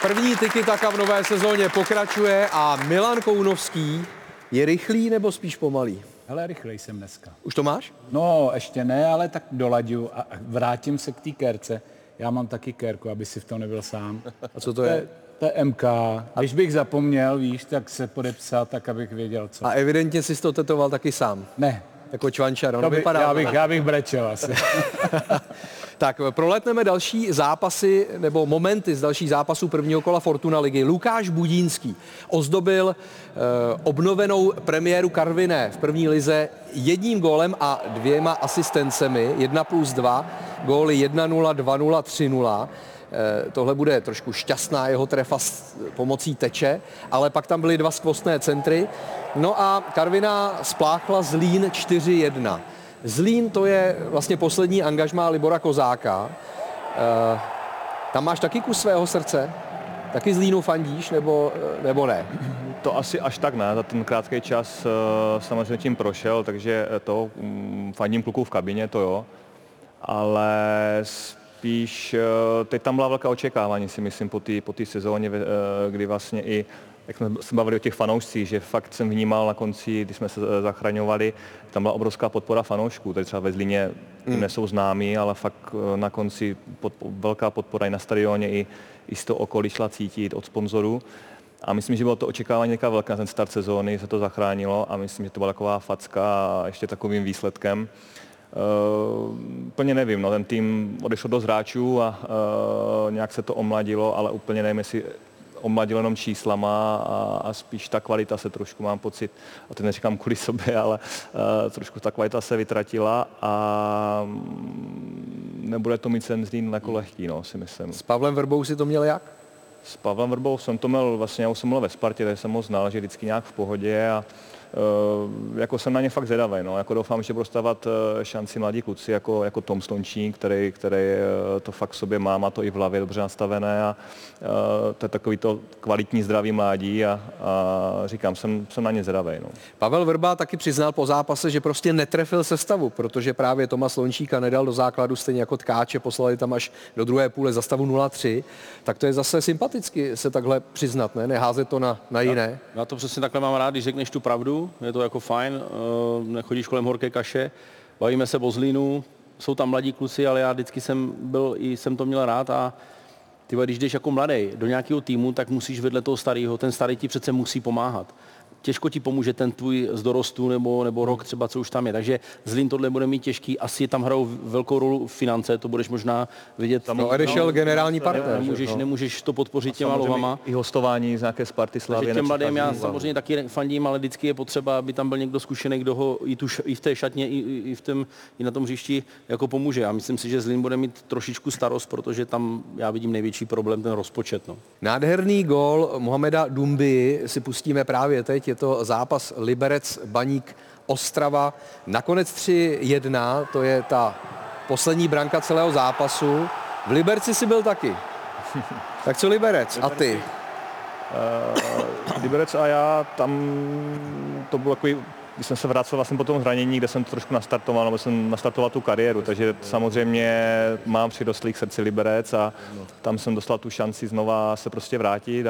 První tiki-taka v nové sezóně pokračuje a Milan Kounovský je rychlý nebo spíš pomalý? Hele, rychlej jsem dneska. Už to máš? No, ještě ne, ale tak dolaďu a vrátím se k té kérce. Já mám taky kérku, aby si v tom nebyl sám. A co to je? To je MK. Když bych zapomněl, víš, tak se podepsat, tak abych věděl, co. A evidentně jsi to tetoval taky sám. Ne. Jako čvančar, Já bych brečel asi. Tak proletneme další zápasy nebo momenty z dalších zápasů prvního kola Fortuna ligy. Lukáš Budínský ozdobil obnovenou premiéru Karviné v první lize jedním gólem a 2 asistencemi, 1+2, góly 1-0, 2-0, 3-0. Tohle bude trošku šťastná jeho trefa s pomocí teče, ale pak tam byly 2 skvostné centry. No a Karviná spláchla Zlín 4-1. Zlín to je vlastně poslední angažmá Libora Kozáka. Tam máš taky kus svého srdce? Taky Zlínu fandíš nebo ne? To asi až tak ne, za ten krátký čas samozřejmě tím prošel, takže to fandím kluků v kabině, to jo. Ale spíš teď tam byla velká očekávání, si myslím, po té sezóně, kdy vlastně i jak jsme se bavili o těch fanoušcích, že fakt jsem vnímal na konci, když jsme se zachraňovali, tam byla obrovská podpora fanoušků, tady třeba ve Zlíně nejsou známí, ale fakt na konci velká podpora i na stadioně, i z toho okolí šla cítit od sponzorů. A myslím, že bylo to očekávání nějaká velká na ten start sezóny, se to zachránilo a myslím, že to byla taková facka a ještě takovým výsledkem. Úplně nevím, no, ten tým odešel dost hráčů a nějak se to omladilo, ale úplně nevím, jestli omladil jenom číslama a spíš ta kvalita se trošku, mám pocit, a to neříkám kvůli sobě, ale trošku ta kvalita se vytratila a nebude to mít ten Zlín jako lehký, no, si myslím. S Pavlem Vrbou si to měl jak? S Pavlem Vrbou jsem to měl, vlastně já už jsem byl ve Spartě, takže jsem ho znal, že vždycky nějak v pohodě a jako jsem na ně fakt zvědavý, no. Jako doufám, že budou stávat šanci mladí kluci jako Tom Slončík, který to fakt v sobě má to i v hlavě dobře nastavené a to je takový to kvalitní zdravý mládí a říkám, jsem na ně zvědavý. No. Pavel Vrba taky přiznal po zápase, že prostě netrefil sestavu, protože právě Toma Slončíka nedal do základu, stejně jako Tkáče, poslali tam až do druhé půle za stavu 0-3, tak to je zase sympaticky se takhle přiznat, ne? Neházet to na jiné. Já to přesně takhle mám rád, když řekneš tu pravdu, je to jako fajn, nechodíš kolem horké kaše, bavíme se o Zlínu, jsou tam mladí kluci, ale já vždycky jsem to měl rád a ty, když jdeš jako mladý do nějakého týmu, tak musíš vedle toho starého, ten starý ti přece musí pomáhat. Těžko ti pomůže ten tvůj z dorostu nebo rok třeba, co už tam je. Takže Zlín tohle bude mít těžký. Asi tam hrajou velkou roli finance, to budeš možná vidět. Tam odešel generální partner. Nemůžeš to podpořit těma lovama. I hostování z nějaké Sparty Slavie. Těm mladým já samozřejmě taky fandím, ale vždycky je potřeba, aby tam byl někdo zkušený, kdo ho i v té šatně, i na tom hřišti jako pomůže. Já myslím si, že Zlín bude mít trošičku starost, protože tam já vidím největší problém ten rozpočet. No. Nádherný gól Mohameda Dumby si pustíme právě teď. Je to zápas Liberec Baník Ostrava. Nakonec 3-1, to je ta poslední branka celého zápasu. V Liberci si byl taky. Tak co Liberec? A ty? Liberec a já, tam to bylo takový, když jsem se vracel vlastně po tom zranění, kde jsem to trošku nastartoval, nebo jsem nastartoval tu kariéru, takže samozřejmě mám přirostlý k srdci Liberec a tam jsem dostal tu šanci znova se prostě vrátit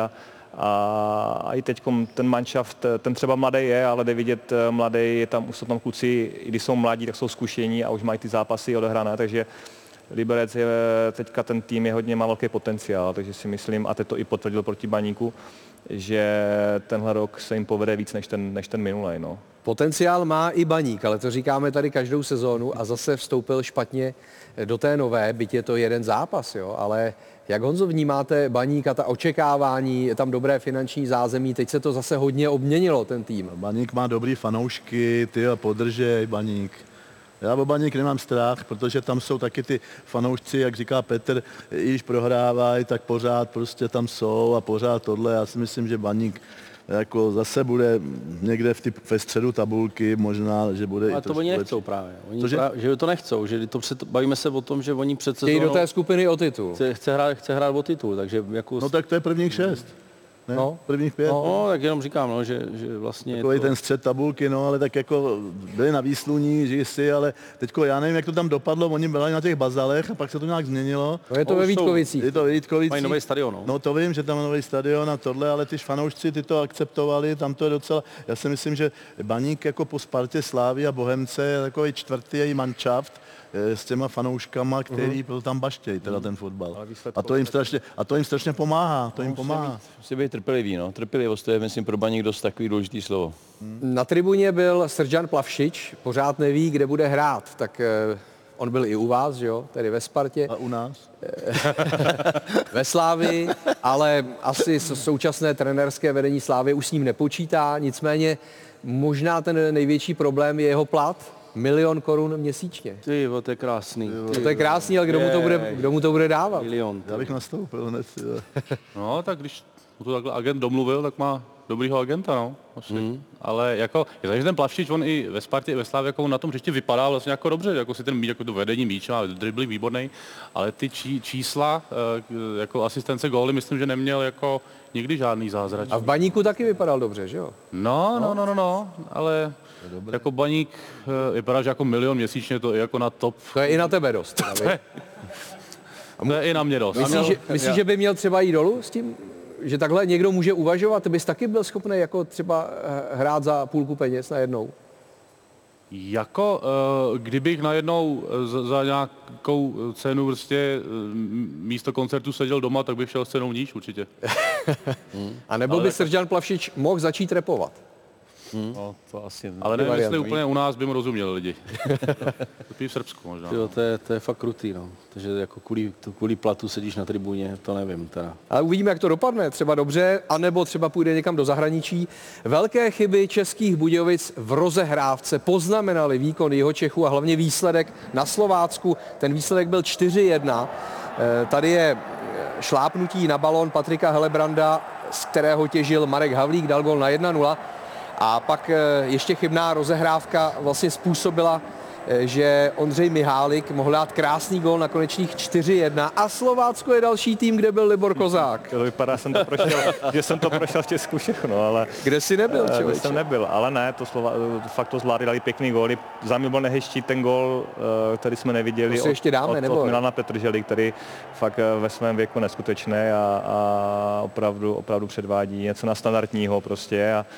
a i teď ten manšaft, ten třeba mladý je, ale jde vidět mladý, jsou tam kluci, i když jsou mladí, tak jsou zkušení a už mají ty zápasy odehrané, takže Liberec je teďka ten tým má velký potenciál, takže si myslím, a teď to i potvrdil proti Baníku, že tenhle rok se jim povede víc než ten minulý. No. Potenciál má i Baník, ale to říkáme tady každou sezónu a zase vstoupil špatně do té nové, byť je to jeden zápas, jo, ale jak, Honzo, vnímáte Baník a ta očekávání, je tam dobré finanční zázemí, teď se to zase hodně obměnilo, ten tým. Baník má dobrý fanoušky, podržej Baník. Já o Baník nemám strach, protože tam jsou taky ty fanoušci, jak říká Petr, i když prohrávají, tak pořád prostě tam jsou a pořád tohle. Já si myslím, že Baník jako zase bude někde ve středu tabulky, možná, že bude. Ale to oni nechcou právě. Že to nechcou, že bavíme se o tom, že oni před sezónou do té skupiny o titul. Chce hrát o titul, takže jako... No tak to je prvních 6. Ne? No. Prvních 5. No, tak jenom říkám, no, že vlastně... Takový ten střed tabulky, no, ale tak jako byli na výsluní, že si, ale teďko já nevím, jak to tam dopadlo, oni byli na těch bazalech a pak se to nějak změnilo. No je to ve Vítkovicích. Je to ve Vítkovicích. Mají nový stadion, no. No to vím, že tam je nový stadion a tohle, ale ty fanoušci ty to akceptovali, tam to je docela, já si myslím, že Baník jako po Spartě, Slávy a Bohemce je takový čtvrtý manšaft s těma fanouškama, který byl tam baštěj, teda ten fotbal. A to jim strašně pomáhá, to jim pomáhá. Musí být trpělivý, no. Trpělivost, to je, myslím, pro Baník dost takový důležitý slovo. Na tribuně byl Srdjan Plavšič, pořád neví, kde bude hrát, tak on byl i u vás, že jo, tedy ve Spartě. A u nás? Ve Slávii, ale asi současné trenérské vedení Slávy už s ním nepočítá, nicméně možná ten největší problém je jeho plat. 1 000 000 korun měsíčně. Ty, to je krásný. To je krásný, ale kdo mu to bude dávat? Milion. Já bych nastoupil hned. No, tak když to takhle agent domluvil, tak má dobrýho agenta, no. Asi. Ale jako, je to, že ten Plavšič, on i ve Spartě, i ve Slávě, jako na tom hřišti vypadá vlastně jako dobře, jako si ten míč, jako to vedení míče, má dribbling výborný, ale ty čísla, jako asistence góly, myslím, že neměl jako nikdy žádný zázrač. A v Baníku taky vypadal dobře, že jo? No, ale jako Baník vypadá, že jako 1 000 000 měsíčně, to je jako na top. To je i na tebe dost. To je i na mě dost. Myslíš, že by měl třeba jít dolů s tím, že takhle někdo může uvažovat? Ty bys taky byl schopný jako třeba hrát za půlku peněz najednou? Jako, kdybych najednou za nějakou cenu prostě místo koncertu seděl doma, tak bych šel s cenou níž určitě. A nebo by Srdjan Plavšič mohl začít repovat? No, to asi Ale nevím, jestli úplně u nás by mu rozuměli lidi. To v Srbsku možná. Jo, to je fakt krutý, no. Takže jako kvůli platu sedíš na tribuně, to nevím teda. Ale uvidíme, jak to dopadne. Třeba dobře, anebo třeba půjde někam do zahraničí. Velké chyby Českých Budějovic v rozehrávce poznamenaly výkon Jihočechů a hlavně výsledek na Slovácku. Ten výsledek byl 4-1. Tady je šlápnutí na balón Patrika Helebranda, z kterého těžil Marek Havlík, dal gol na 1-0. A pak ještě chybná rozehrávka vlastně způsobila, že Ondřej Mihálik mohl dát krásný gól na konečných 4-1 a Slovácko je další tým, kde byl Libor Kozák. To vypadá, že jsem to prošel v Česku všechno, ale... Kde jsi nebyl, člověče? Kde jsem nebyl, ale ne, fakt to zvládli, dali pěkný góly. Za mě byl nehezčí ten gól, který jsme neviděli od Milana Petržely, který fakt ve svém věku neskutečný a opravdu předvádí něco na standardního prostě. A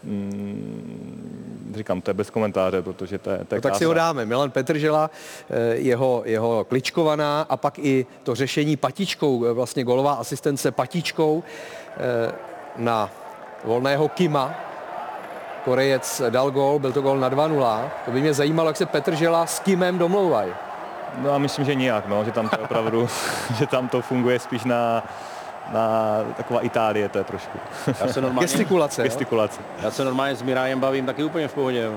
říkám, to je bez komentáře, protože to je no, tak si ho dáme. Milan Petržela, jeho kličkovaná a pak i to řešení patičkou, vlastně gólová asistence patičkou na volného Kima. Korejec dal gól, byl to gól na 2-0. To by mě zajímalo, jak se Petržela s Kimem domlouvají. No a myslím, že nijak, no, že tam to opravdu, že tam to funguje spíš na taková Itálie, to je trošku. Gestikulace. Já se normálně s Mirajem bavím taky úplně v pohodě.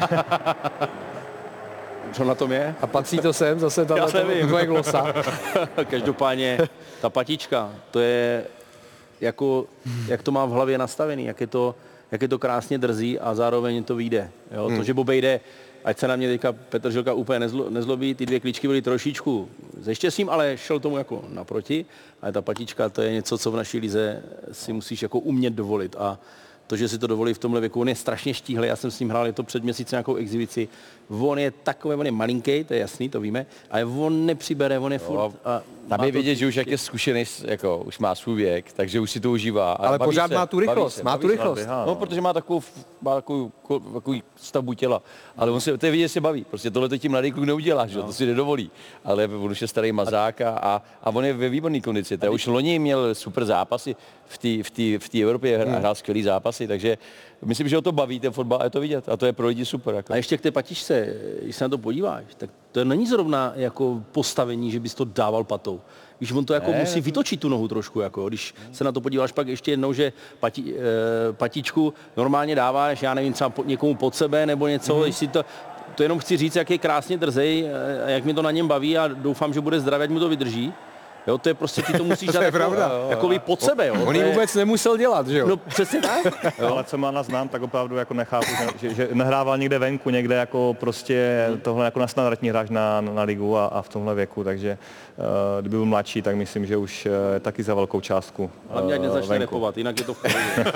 Co na tom je? A patří to sem zase tvoje glosa? Každopádně ta patička, to je jako, jak to má v hlavě nastavený, jak je to krásně drzí a zároveň to vyjde. Jo? To, že Bobej jde, ať se na mě teďka Petrželka úplně nezlobí, ty 2 klíčky byly trošičku ze štěstím, ale šel tomu jako naproti. Ale ta patička, to je něco, co v naší lize si musíš jako umět dovolit. A to, že si to dovolí v tomhle věku, on je strašně štíhlý, já jsem s ním hrál, je to před měsícem nějakou exibici. On je takový, on je malinký, to je jasný, to víme, ale on nepřibere, on je furt. Tam je vidět, že už jak je zkušený, jako už má svůj věk, takže už si to užívá. Ale pořád má tu rychlost, No, protože má takovou stavbu těla. Ale on se, to je vidět, se baví. Prostě tohle to tím mladý kluk neudělá, že? To si nedovolí. Ale on už je starý mazák a on je ve výborné kondici. To už loni měl super zápasy v té Evropě, hrál skvělý zápasy, takže myslím, že ho to baví, ten fotbal, a je to vidět. A to je pro lidi super. Jako. A ještě k té patičce, když se na to podíváš, tak to není zrovna jako postavení, že bys to dával patou. Víš, on to jako musí vytočit tu nohu trošku, jako, když se na to podíváš pak ještě jednou, že patičku normálně dáváš, já nevím, třeba někomu pod sebe nebo něco, když si to jenom chci říct, jak je krásně drzej, jak mi to na něm baví a doufám, že bude zdravý, ať mu to vydrží. Jo, to je prostě, ty to musíš dát je jako, pravda. jako pod sebe. Jo. On To ji je- vůbec nemusel dělat, že jo? No přesně tak. Ale co má znám, tak opravdu jako nechápu, že nehrával někde venku, někde jako prostě tohle jako na standardní hráč na ligu a v tomhle věku, takže kdyby byl mladší, tak myslím, že už je taky za velkou částku Hlavně ať nezačne venku. repovat, jinak je to v pohodě.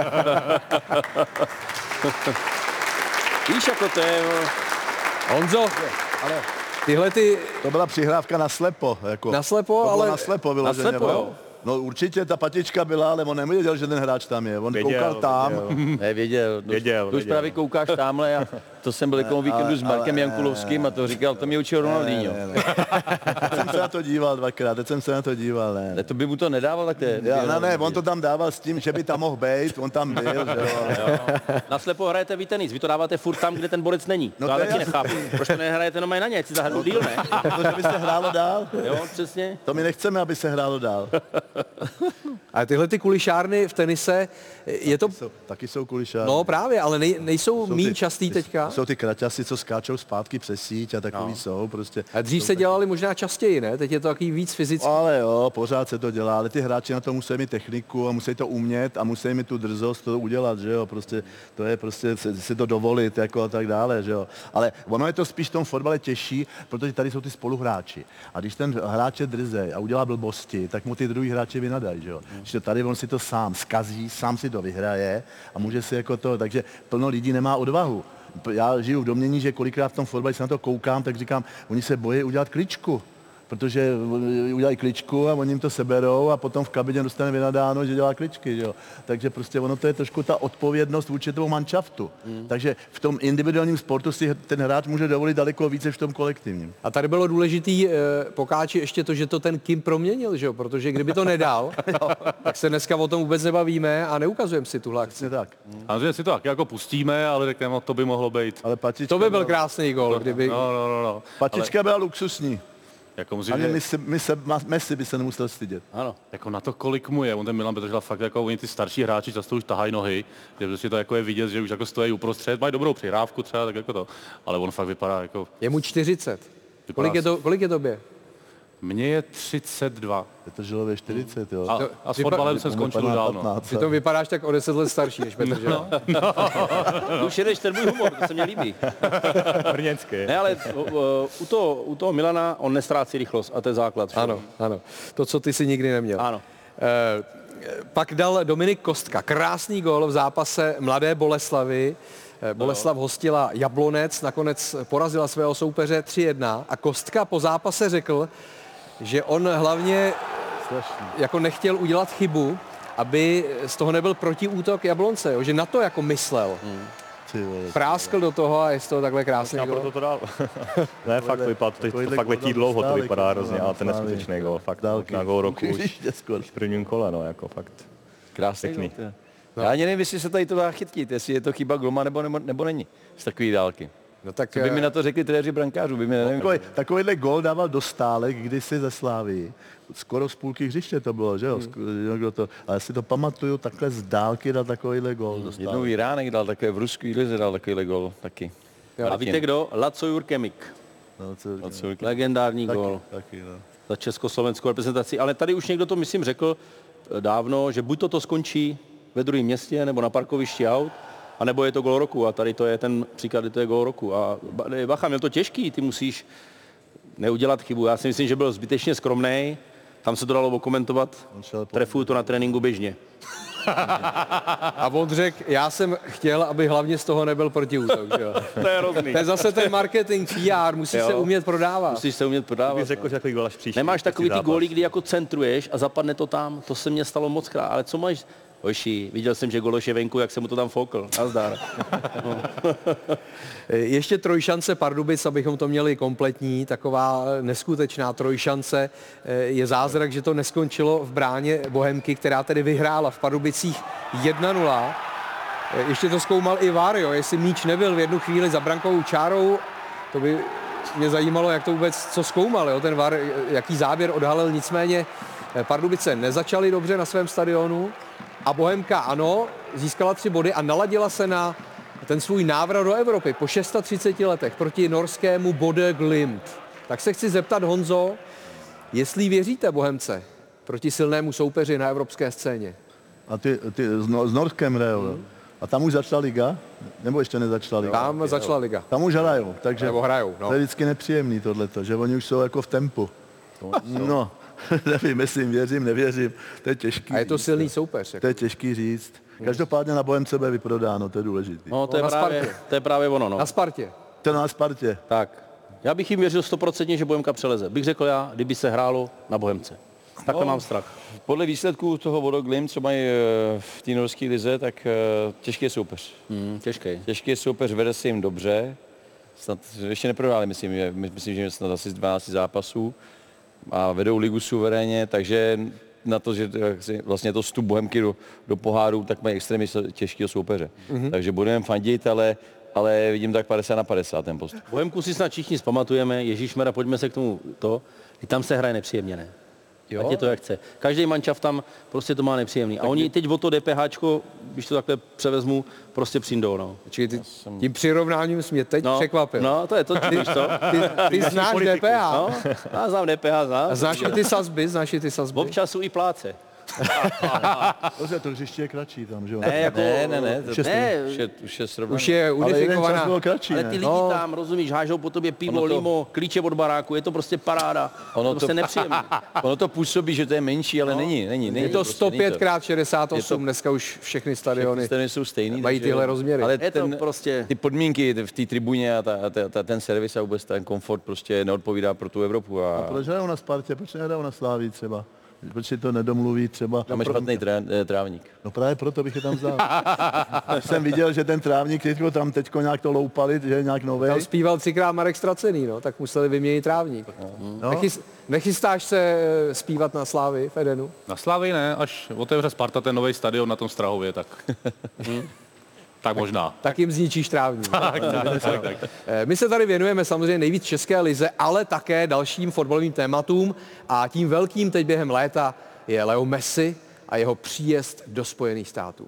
Víš, jako to je... Honzo, tyhle ty To byla přihrávka na slepo. Jako. naslepo, To bylo ale na slepo vyloženě. slepo, jo? No určitě ta patička byla, ale on nevěděl, že ten hráč tam je. On Věděl, koukal tam. věděl. Nevěděl. Věděl, To už věděl. právě koukáš tamhle a to jsem byl jako víkendu s Markem Jankulovským a to říkal, to mě učil Ronaldinho. Teď jsem se na to díval dvakrát, ne. To by mu to nedával, tak to je. Ne, on to tam dával s tím, že by tam mohl být, on tam byl, že jo. Naslepo hrajete vy tenis, vy to dáváte furt tam, kde ten borec není. No To já to je taky jasný. nechápu. Proč to nehrajete jenom na ně, ať si zahrnou díl, ne? Protože by se hrálo dál. Jo, přesně. To my nechceme, aby se hrálo dál. ale tyhle ty kulišárny v tenise, je to... Taky jsou kulišáři. No právě, ale nejsou Jsou míň ty- častý teďka. Jsou ty kraťasy, co skáčou zpátky přes síť a takový jsou prostě. A dřív se dělali možná častěji, ne? Teď je to takový víc fyzický. Ale jo, pořád se to dělá, ale ty hráči na to musí mít techniku a musí to umět a musí mít tu drzost to udělat, že jo, prostě to je prostě si to dovolit jako a tak dále, že jo. Ale ono je to spíš v tom fotbale těžší, protože tady jsou ty spoluhráči. A když ten hráč je drzej a udělá blbosti, tak mu ty druhý hráči vynadají, že jo. Že tady on si to sám zkazí, sám si to vyhraje a může si jako to, takže plno lidí nemá odvahu. Já žiju v domění, že kolikrát v tom fotbale, když se na to koukám, tak říkám, oni se bojí udělat kličku. Protože udělají kličku a oni jim to seberou a potom v kabině dostane vynadáno, že dělá kličky. Jo. Takže prostě ono to je trošku ta odpovědnost vůči tomu manšaftu. Takže v tom individuálním sportu si ten hráč může dovolit daleko více v tom kolektivním. A tady bylo důležitý Pokáči ještě to, že to ten Kim proměnil, že jo? Protože kdyby to nedal, tak se dneska o tom vůbec nebavíme a neukazujeme si tuhle akci. Přesně tak. A že si to taky jako pustíme, ale řekneme, to by mohlo být. Ale patička, To by byl krásný gól, kdyby... No. patička byla luxusní. Jako musím, Ani že, Messi by se nemusel stydět. Ano. jako na to, kolik mu je, on ten Milan Petržela fakt jako oni ty starší hráči často už tahají nohy, že prostě to jako je vidět, že už jako stojí uprostřed, mají dobrou přihrávku třeba, tak jako to, ale on fakt vypadá jako, Je mu 40. Vypadá Kolik je tobě? mně je 32 Petrželově 40, jo. a s fotbalem jsem skončil už dávno. 15. Přitom vypadáš tak o 10 let starší než Petr, že jo? Už jedeš ten můj humor, to se mně líbí. Brněnský. Ne, ale u toho Milana on nestrácí rychlost a to je základ. Ano, ano. To, co ty si nikdy neměl. Ano. Pak dal Dominik Kostka. Krásný gól v zápase Mladé Boleslavy. Boleslav hostila Jablonec, nakonec porazila svého soupeře 3-1 a Kostka po zápase řekl, že on hlavně jako nechtěl udělat chybu, aby z toho nebyl protiútok Jablonce, jo? Že na to jako myslel. Ty vole. Práskl do toho a je z toho takhle krásný A gól. proto to dál. Ne, fakt vypadá, to takovýhle fakt gól letí tam dlouho, to dostali, vypadá kurva, hrozně, ale ten dostali. neskutečný gól, fakt Dálky. na gól roku už Ještě skoro. v prvním kole, no, jako fakt. Krásný. Pěkný. gól, to je. Já ani nevím, jestli se tady to dá chytit, jestli je to chyba Gloma nebo není z takové dálky. No tak Co by mi na to řekli trenéři brankářů, by mi nevím. Takovýhle gól dával do Stálek kdysi ze Slávy. Skoro z půlky hřiště to bylo, že jo? Kdo to, ale si to pamatuju, takhle z dálky dal takovýhle gól do Jednou Stálek. Jiránek dal takové v Rusku lize dal takovýhle gol taky. A víte kdo? Laco Jurkemik. No, co říkám? Legendární gól Taky, no. za československou reprezentaci. Ale tady už někdo to, myslím, řekl dávno, že buď to skončí ve druhém městě, nebo na parkovišti aut, anebo je to gól roku. A tady to je ten příklad, kdy to je gól roku. A bacha, měl to těžký, ty musíš neudělat chybu. Já si myslím, že byl zbytečně skromnej. Tam se to dalo okomentovat. Trefuju to na tréninku běžně. A on řekl, já jsem chtěl, aby hlavně z toho nebyl protiútok, že jo? To je hrozný. To je zase ten marketing, PR, musí Jo. se umět prodávat. Musíš se umět prodávat. Bych řekl, že takový gól až příští. Nemáš takový ty zápas. góly, kdy jako centruješ a zapadne to tam. To se mně stalo moc krát. Ale co máš? Oši, viděl jsem, že Gološ je venku, jak se mu to tam foukl. Nazdar. Ještě trojšance Pardubic, abychom to měli kompletní, taková neskutečná trojšance. Je zázrak, že to neskončilo v bráně Bohemky, která tedy vyhrála v Pardubicích 1-0. Ještě to zkoumal i VAR, jo, jestli míč nebyl v jednu chvíli za brankovou čárou, to by mě zajímalo, jak to vůbec, co zkoumal, jo, ten VAR, jaký záběr odhalil, nicméně Pardubice nezačaly dobře na svém stadionu a Bohemka ano, získala 3 body a naladila se na ten svůj návrat do Evropy po 36 letech proti norskému Bodø Glimt. Tak se chci zeptat, Honzo, Jestli věříte, Bohemce, proti silnému soupeři na evropské scéně. A ty s Norskem hrajou. A tam už začala liga? Nebo ještě nezačala liga? Tam začala liga. Tam už hrajou, takže Nebo hrajou, no. to je vždycky nepříjemný tohleto, že oni už jsou jako v tempu. No, nevím, jestli věřím, nevěřím, to je těžký. A je to říct, silný soupeř. To je těžký říct. Každopádně na Bohemce bude vyprodáno, to je důležité. No, na Spartě. to je právě ono, no. Na Spartě. To na Spartě. Tak. Já bych jim věřil 100%, že Bohemka přeleze. Bych řekl já, kdyby se hrálo na Bohemce. Takhle mám strach. Podle výsledků toho Vodoglim, co mají v té norské lize, tak těžký je soupeř. Těžký. Těžký je soupeř, vede se jim dobře. Snad ještě neprohráli, myslím, že snad asi z 12 zápasů. A vedou ligu suverénně, takže na to, že vlastně to vstup Bohemky do poháru, tak mají extrémně těžkého soupeře. Takže budeme fandit, ale vidím tak 50/50 ten postup. Bohemku si snad všichni zpamatujeme, ježíšmera, pojďme se k tomu i tam se hraje nepříjemně, ne? Ať je to jak chce. Každý mančav tam prostě to má nepříjemný. A oni teď o to DPHčko, když to takhle převezmu, prostě přijdou, no. Tím přirovnáním jsi mě teď překvapil. No, to je to, víš to. Ty znáš DPH. No, já znám DPH, znám. A znáš i ty sazby? Občasu i pláce. Dobře, to hřiště je kratší tam, že jo? Ne, jako, Už je srovnaný. Už je Ale jeden čas unifikovaná. bylo kratší, ale ne? ty lidi tam, rozumíš, hážou po tobě pivo, limo, klíče od baráku, je to prostě paráda. Ono to prostě nepříjemné. Ono to působí, že to je menší, ale není. Je to prostě není 105x68, dneska už všechny stadiony Stadiony jsou stejný. mají takže- tyhle rozměry. Ale Je to prostě... ty podmínky v té tribuně a ten servis a vůbec ten komfort prostě neodpovídá pro tu Evropu. A Proč hrajou na Spartě, proč nehrajou na Slávii třeba? Proč si to nedomluví třeba? máme špatný trávník. No právě proto bych je tam vzal. Jsem viděl, že ten trávník tam teďko nějak to loupali, že je nějak nový. Tam zpíval 3krát Marek Stracený, no, tak museli vyměnit trávník. No. Nechystáš se zpívat na Slávii v Edenu? Na Slavii ne, až otevře Sparta ten nový stadion na tom Strahově, tak... Tak možná. Tak jim zničíš trávník. Tak. My se tady věnujeme samozřejmě nejvíc české lize, ale také dalším fotbalovým tématům a tím velkým teď během léta je Leo Messi a jeho příjezd do Spojených států.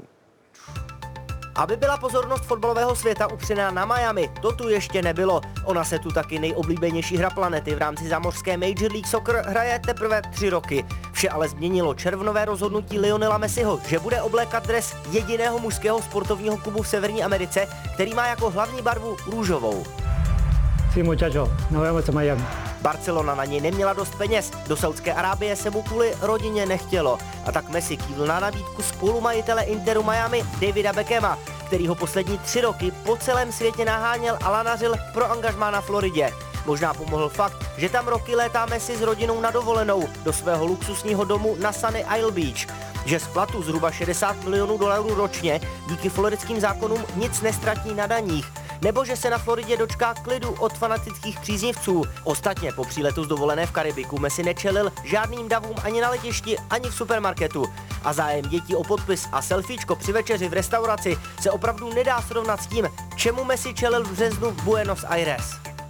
Aby byla pozornost fotbalového světa upřená na Miami, to tu ještě nebylo. Ona se tu taky nejoblíbenější hra planety v rámci zámořské Major League Soccer hraje teprve 3 roky. Vše ale změnilo červnové rozhodnutí Lionela Messiho, že bude oblékat dres jediného mužského sportovního klubu v Severní Americe, který má jako hlavní barvu růžovou. Sí, muchacho, nos vemos en Miami. Barcelona na něj neměla dost peněz, do Saudské Arábie se mu kvůli rodině nechtělo. A tak Messi kývl na nabídku spolumajitele Interu Miami Davida Beckhama, který ho poslední 3 roky po celém světě naháněl a lanařil pro angažmá na Floridě. Možná pomohl fakt, že tam roky létá Messi s rodinou na dovolenou do svého luxusního domu na Sunny Isle Beach. Že z platu zhruba $60 milionů ročně díky floridským zákonům nic nestratí na daních. Nebo že se na Floridě dočká klidu od fanatických příznivců. Ostatně po příletu z dovolené v Karibiku Messi nečelil žádným davům ani na letišti, ani v supermarketu. A zájem dětí o podpis a selfiečko při večeři v restauraci se opravdu nedá srovnat s tím, čemu Messi čelil v březnu v Buenos Aires.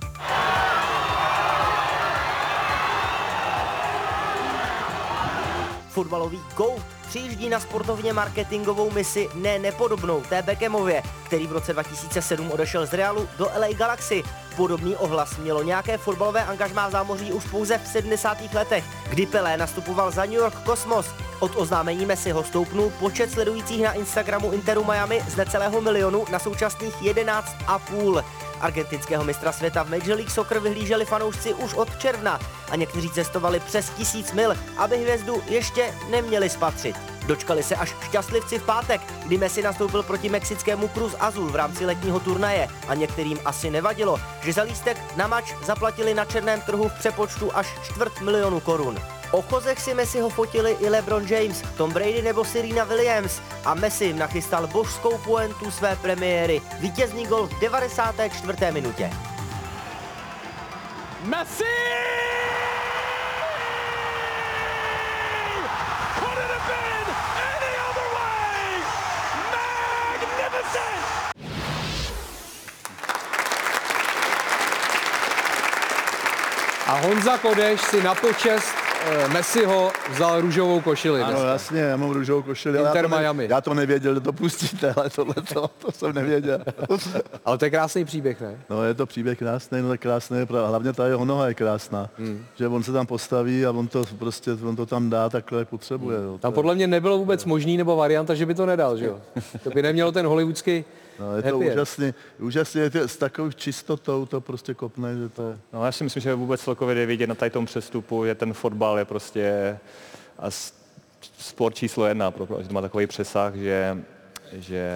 Fotbalový GOAT přijíždí na sportovně marketingovou misi nepodobnou té Beckhamově, který v roce 2007 odešel z Realu do LA Galaxy. Podobný ohlas mělo nějaké fotbalové angažmá v zámoří už pouze v 70. letech, kdy Pelé nastupoval za New York Cosmos. Od oznámení Messiho stoupnul počet sledujících na Instagramu Interu Miami z necelého milionu na současných 11,5. Argentinského mistra světa v Major League Soccer vyhlíželi fanoušci už od června a někteří cestovali přes 1000 mil, aby hvězdu ještě neměli spatřit. Dočkali se až šťastlivci v pátek, kdy Messi nastoupil proti mexickému Cruz Azul v rámci letního turnaje a některým asi nevadilo, že za lístek na mač zaplatili na černém trhu v přepočtu až 250 000 korun. O chozech si Messiho fotili i LeBron James, Tom Brady nebo Serena Williams a Messi jim nachystal božskou pointu své premiéry, vítězný gol v 94. minutě. Messi! Could it have been any other way? Magnificent! A Honza Kodeš si na počest Messiho vzal růžovou košili. Ano, jasně, já mám růžovou košili, ale Inter Miami. já to nevěděl, že to pustíte, ale to jsem nevěděl. Ale to je krásný příběh, ne? No, je to příběh krásný, no tak krásný, hlavně ta jeho noha je krásná. Že on se tam postaví a on to tam dá takhle, jak potřebuje. Jo. Tam podle mě nebylo vůbec možný nebo varianta, že by to nedal, že jo? To by nemělo ten hollywoodský. No, je to úžasně, s takovou čistotou to prostě kopne, že to je. No, já si myslím, že vůbec celkově jde vidět na tady tom přestupu, že ten fotbal je prostě sport číslo 1, protože to má takový přesah, že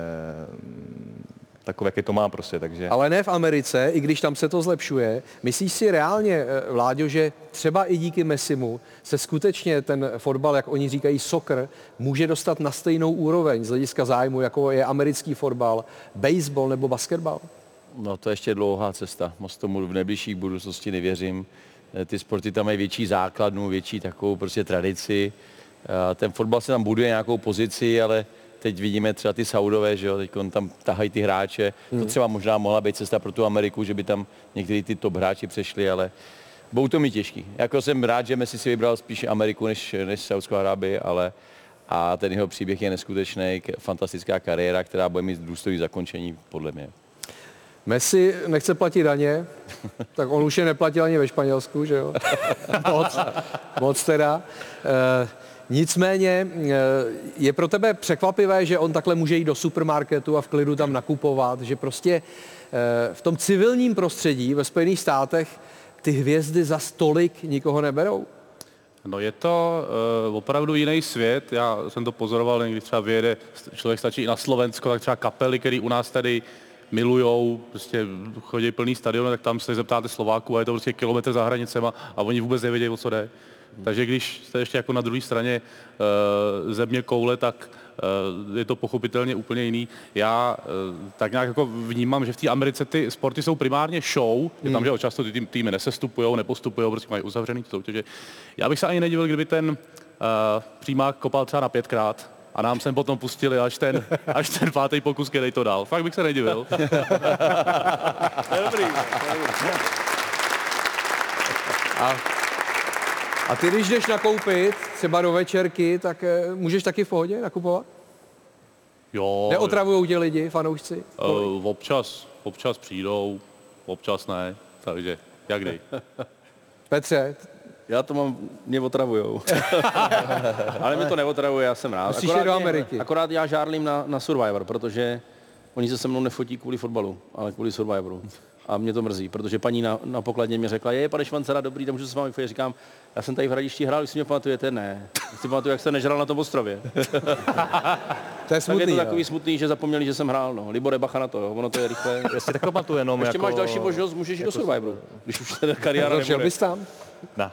takové, jaký to má prostě, takže... Ale ne v Americe, i když tam se to zlepšuje. Myslíš si reálně, Vláďo, že třeba i díky Messimu se skutečně ten fotbal, jak oni říkají soccer, může dostat na stejnou úroveň z hlediska zájmu, jako je americký fotbal, baseball nebo basketbal? No to je ještě dlouhá cesta. Moc tomu v nejbližší budoucnosti nevěřím. Ty sporty tam mají větší základnu, větší takovou prostě tradici. Ten fotbal se tam buduje nějakou pozici, ale teď vidíme třeba ty Saudové, že jo, teď tam tahají ty hráče. To třeba možná mohla být cesta pro tu Ameriku, že by tam některý ty top hráči přešli, ale budou to mít těžký. Jako jsem rád, že Messi si vybral spíš Ameriku než Saudskou Arábii, ale a ten jeho příběh je neskutečný, fantastická kariéra, která bude mít důstojné zakončení, podle mě. Messi nechce platit daně, tak on už je neplatil ani ve Španělsku, že jo? Moc teda. Nicméně je pro tebe překvapivé, že on takhle může jít do supermarketu a v klidu tam nakupovat, že prostě v tom civilním prostředí ve Spojených státech ty hvězdy za stolik nikoho neberou? No je to opravdu jiný svět. Já jsem to pozoroval, když třeba vyjede, člověk stačí i na Slovensko, tak třeba kapely, který u nás tady milujou, prostě chodí plný stadion, tak tam se zeptáte Slováků a je to prostě kilometr za hranicema a oni vůbec nevědějí, o co jde. Takže když jste ještě jako na druhé straně země koule, tak je to pochopitelně úplně jiný. Já tak nějak jako vnímám, že v té Americe ty sporty jsou primárně show, že tam, že často ty týmy nesestupujou, nepostupujou, prostě mají uzavřený soutěže. Já bych se ani nedivil, kdyby ten přímák kopal třeba na 5krát a nám sem potom pustili až ten 5. pokus, který to dal. Fakt bych se nedivil. Dobrý. A ty, když jdeš nakoupit, třeba do večerky, tak můžeš taky v pohodě nakupovat? Jo. Neotravujou tě lidi, fanoušci? Občas přijdou, občas ne, takže jak kdy. Petře? Já to mám, mě otravujou. Ale mě to neotravuje, já jsem rád. Musíš jít do Ameriky. Akorát já žárlím na Survivor, protože oni se mnou nefotí kvůli fotbalu, ale kvůli Survivoru. A mě to mrzí, protože paní na pokladně mě řekla, pane Švancera, dobrý, tam můžu se s vámi fotit. Říkám, já jsem tady v Hradišti hrál, když si mě pamatujete, ne. Si pamatuju, jak jste nežral na tom ostrově. To je smutný. Tak je to takový smutný, že zapomněli, že jsem hrál, no. Libore, bacha na to, jo. Ono to je rychle. Já si tak pamatuju jenom ještě jako... máš další možnost, můžeš jít do Survivoru, když už ta kariéra nebude. Šel bys tam? Ne.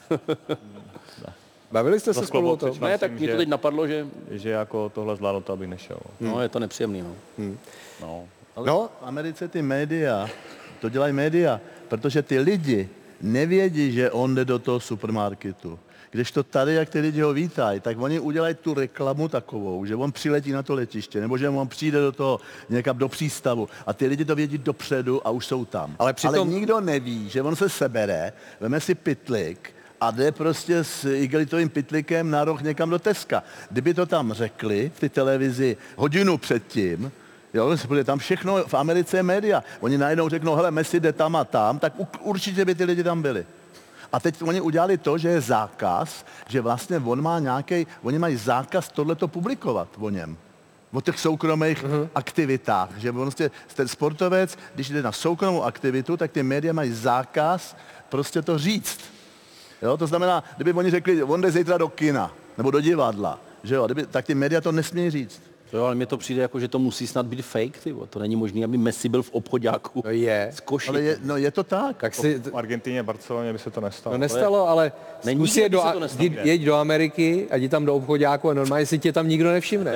Bavili jste se spolu o tom? Ne, tak mě to teď napadlo, že jako tohle zvládlo to, abych nešel. No, je to nepříjemný, no. No, v Americe ty média, to dělají média, protože ty lidi nevědí, že on jde do toho supermarketu. Když to tady, jak ty lidi ho vítají, tak oni udělají tu reklamu takovou, že on přiletí na to letiště, nebo že on přijde do toho někam do přístavu a ty lidi to vědí dopředu a už jsou tam. Ale nikdo neví, že on se sebere, veme si pytlik a jde prostě s igelitovým pytlikem na roh někam do Teska. Kdyby to tam řekli v té televizi hodinu předtím, jo, protože tam všechno v Americe je média. Oni najednou řeknou, hele, Messi jde tam a tam, tak určitě by ty lidi tam byli. A teď oni udělali to, že je zákaz, že vlastně oni mají zákaz tohleto publikovat o něm. O těch soukromých aktivitách. Že vlastně ten sportovec, když jde na soukromou aktivitu, tak ty média mají zákaz prostě to říct. Jo, to znamená, kdyby oni řekli, on jde zítra do kina, nebo do divadla, že jo, tak ty média to nesmějí říct. Jo, ale mně to přijde jako, že to musí snad být fake, tyvo. To není možné, aby Messi byl v obchoďáku. No je. S koší. Ale je to tak. V Argentině, Barceloně by se to nestalo. No nestalo, ale zkus jeď do Ameriky a jdi tam do obchoďáku a normálně si tě tam nikdo nevšimne.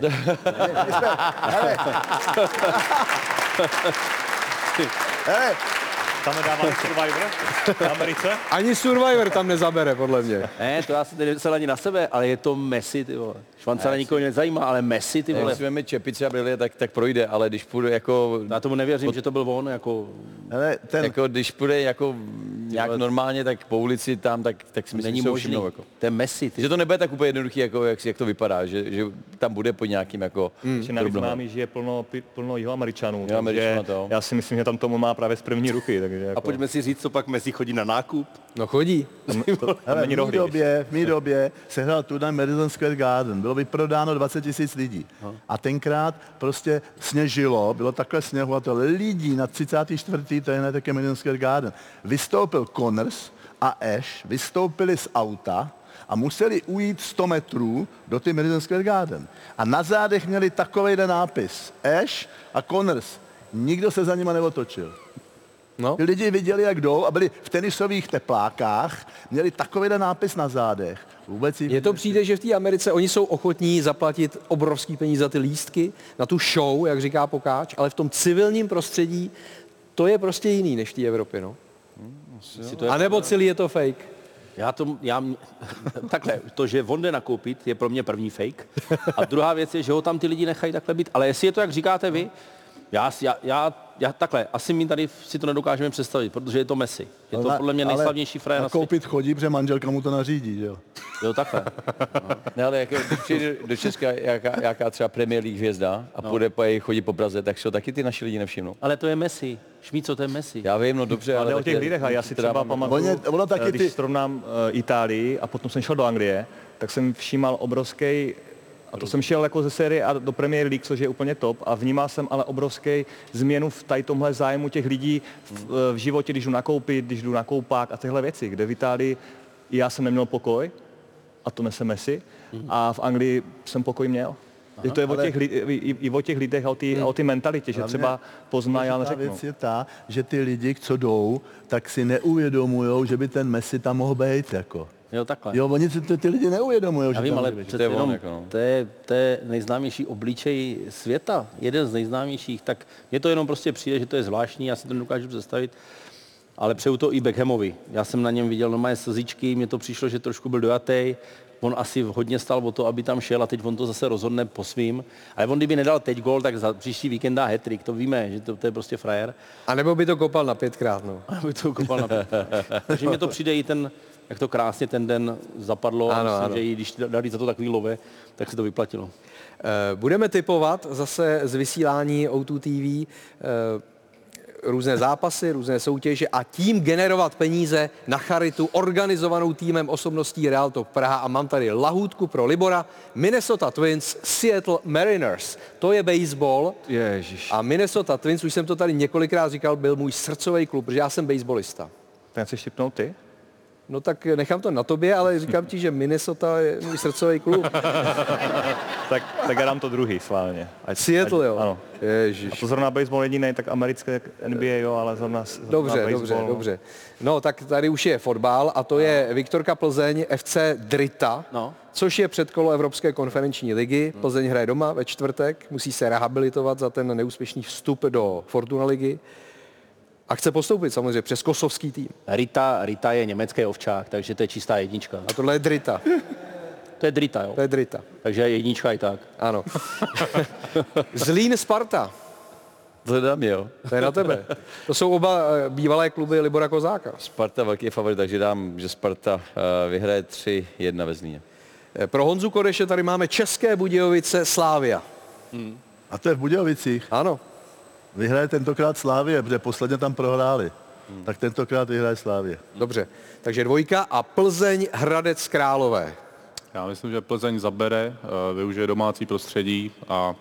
Hele, Tam nedávali Survivor v Americe? Ani Survivor tam nezabere, podle mě. Ne, to já se nemyslel ani na sebe, ale je to Messi, ty vole. Švancera nikoho nezajímá, ale Messi, ty vole. Když vezmeme čepice a brýle, tak projde, ale když půjde jako... Já tomu nevěřím, že to byl on, jako... Jako když půjde jako nějak normálně, tak po ulici tam, tak si myslím, Není že jsou možný. všimnou, jako. To je Messi. Že to nebude tak úplně jednoduchý, jako jak to vypadá, že tam bude po nějakým jako... Že navíc námi žije plno Jihoameričanů, takže Jihoameričanů, to. já si myslím, že tam tomu má právě z první ruky. Takže A jako, pojďme si říct, co pak Messi chodí na nákup. No chodí. Ale není dohry, v mý době se hrál turnaj Madison Square Garden. Bylo vyprodáno 20 000 lidí. A tenkrát prostě sněžilo, bylo takhle sněhu a to lidí na 34. to je také Madison Square Garden. Vystoupil Connors a Ash, vystoupili z auta a museli ujít 100 metrů do ty Madison Square Garden. A na zádech měli takovejhle nápis. Ash a Connors. Nikdo se za nima neotočil. No. Ty lidi viděli, jak jdou a byli v tenisových teplákách, měli takovýhle nápis na zádech. Vůbec Mně to přijde, že v té Americe oni jsou ochotní zaplatit obrovský peníze za ty lístky, na tu show, jak říká Pokáč, ale v tom civilním prostředí to je prostě jiný než v té Evropě, no. A nebo celý je to fake. Takhle, to, že on jde nakoupit, je pro mě první fake. A druhá věc je, že ho tam ty lidi nechají takhle být. Ale jestli je to, jak říkáte vy, já takhle, asi my tady si to nedokážeme představit, protože je to Messi. Je to podle mě nejslavnější frajer na světě. Nakoupit chodí, protože manželka mu to nařídí, že jo? Jo, takhle. Ne, ale jako, když přijde do Česka jaká třeba Premier League hvězda a chodí po Praze, tak si ho taky ty naši lidi nevšimnou. Ale to je Messi. Šmíco, to je Messi. Já vím, no dobře, ale o těch lidech, a já si třeba pamatuju, když srovnám Itálii a potom jsem šel do Anglie, tak jsem všímal obrovský, a to jsem šel jako ze série a do Premier League, což je úplně top, a vnímal jsem ale obrovský změnu v tady tomhle zájmu těch lidí v životě, když jdu nakoupit, když jdu na koupák a tyhle věci, kde v Itálii já jsem neměl pokoj, a to nese Messi, a v Anglii jsem pokoj měl. Aha, to je i o těch lidech a o té mentalitě, že třeba poznají, ale řeknou. Věc je ta, že ty lidi, co jdou, tak si neuvědomujou, že by ten Messi tam mohl být, jako. Jo, takhle. Jo, oni si ty lidi neuvědomujou, že vím, tam ale může být. přece jenom to je nejznámější obličej světa, jeden z nejznámějších, tak mně to jenom prostě přijde, že to je zvláštní, já si to nedokážu představit, ale přeju to i Beckhamovi. Já jsem na něm viděl normálně slzičky, mně to přišlo, že trošku byl dojatý, on asi hodně stál o to, aby tam šel a teď on to zase rozhodne po svým. Ale on kdyby nedal teď gól, tak za příští víkend dá hat-trick, to víme, že to je prostě frajer. A nebo by to kopal na 5krát, no. A nebo by to kopal na 5krát. Takže mně to přijde i ten, jak to krásně ten den zapadlo, ano, a myslím, ano. že i když dali za to takový love, tak se to vyplatilo. Budeme tipovat zase z vysílání O2 TV různé zápasy, různé soutěže a tím generovat peníze na charitu organizovanou týmem osobností Real Top Praha. A mám tady lahůdku pro Libora. Minnesota Twins, Seattle Mariners. To je baseball. Ježiš. A Minnesota Twins, už jsem to tady několikrát říkal, byl můj srdcový klub, protože já jsem baseballista. Tak chceš tipnout ty? No tak nechám to na tobě, ale říkám ti, že Minnesota je můj srdcový klub. tak já dám to druhý sválně. Seattle, jo? Ano. Ježiš. A to zrovna baseball jediný, tak americké NBA, jo, ale zrovna Dobře. No tak tady už je fotbal a to je Viktorka Plzeň FC Drita, což je předkolo Evropské konferenční ligy. Plzeň hraje doma ve čtvrtek, musí se rehabilitovat za ten neúspěšný vstup do Fortuna ligy. A chce postoupit samozřejmě přes kosovský tým. Rita je německý ovčák, takže to je čistá jednička. A tohle je Drita. To je Drita, jo? To je Drita. Takže jednička i tak. Ano. Zlín Sparta. To dám, jo. To je na tebe. To jsou oba bývalé kluby Libora Kozáka. Sparta velký favorit, takže dám, že Sparta vyhraje 3-1 ve Zlíně. Pro Honzu Koreše tady máme České Budějovice Slavia. A to je v Budějovicích. Ano. Vyhraje tentokrát Slavie, protože posledně tam prohráli. Tak tentokrát vyhraje Slavie. Dobře, takže 2 a Plzeň Hradec Králové. Já myslím, že Plzeň zabere, využije domácí prostředí a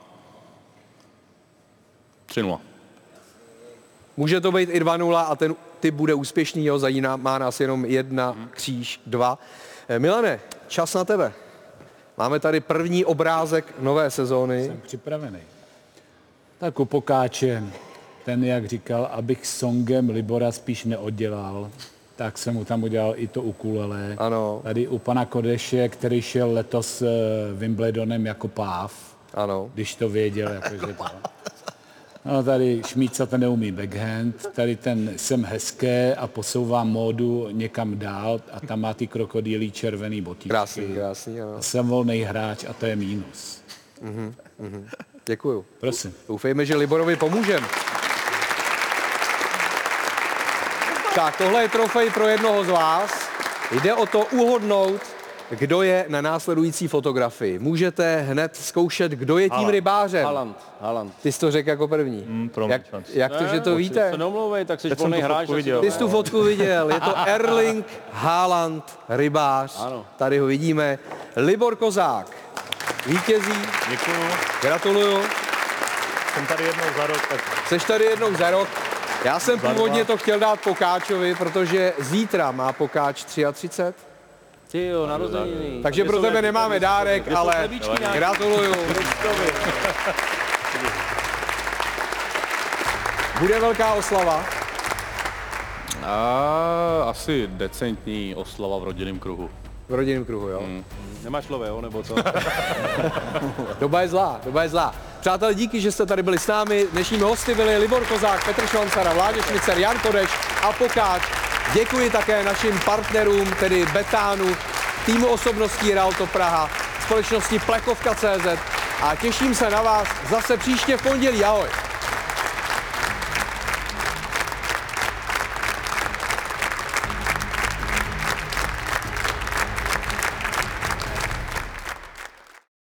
3-0. Může to být i 2-0 a ten typ bude úspěšný, jo, má nás jenom 1 kříž 2. Milane, čas na tebe. Máme tady první obrázek nové sezóny. Jsem připravený. Tak u Pokáče, ten jak říkal, abych songem Libora spíš neoddělal, tak jsem mu tam udělal i to ukulele. Ano. Tady u pana Kodeše, který šel letos Wimbledonem jako páv, ano. Když to věděl, jakože to. No tady Šmíca ten neumí backhand, tady ten jsem hezké a posouvám módu někam dál a tam má ty krokodýlí červený botíčky. Krásný, ano. A jsem volný hráč a to je mínus. Děkuju. Prosím. Doufejme, že Liborovi pomůžeme. Tak, tohle je trofej pro jednoho z vás. Jde o to uhodnout, kdo je na následující fotografii. Můžete hned zkoušet, kdo je tím rybářem. Haaland. Ty jsi to řekl jako první. Jak to, že to víte? Se neomlouvej, tak jsi volný hráč. Ty jsi tu fotku viděl. Je to Erling Haaland, rybář. Ano. Tady ho vidíme. Libor Kozák vítězí. Děkuju. Gratuluju. Jsem tady jednou za rok, tak Seš tady jednou za rok. Já jsem původně to chtěl dát Pokáčovi, protože zítra má Pokáč 33. Ty jo, narozeniny. Takže pro tebe nemáme dárek, ale gratuluju. Bude velká oslava. Asi decentní oslava v rodinném kruhu. V rodinném kruhu, jo. Nemáš loveo, nebo co? Doba je zlá. Přátelé, díky, že jste tady byli s námi. Dnešními hosty byli Libor Kozák, Petr Švancara, Vláďa Šmicer, Jan Kodeš a Pokáč. Děkuji také našim partnerům, tedy Betánu, týmu osobností Realto Praha, společnosti Plechovka.cz a těším se na vás zase příště v pondělí. Ahoj.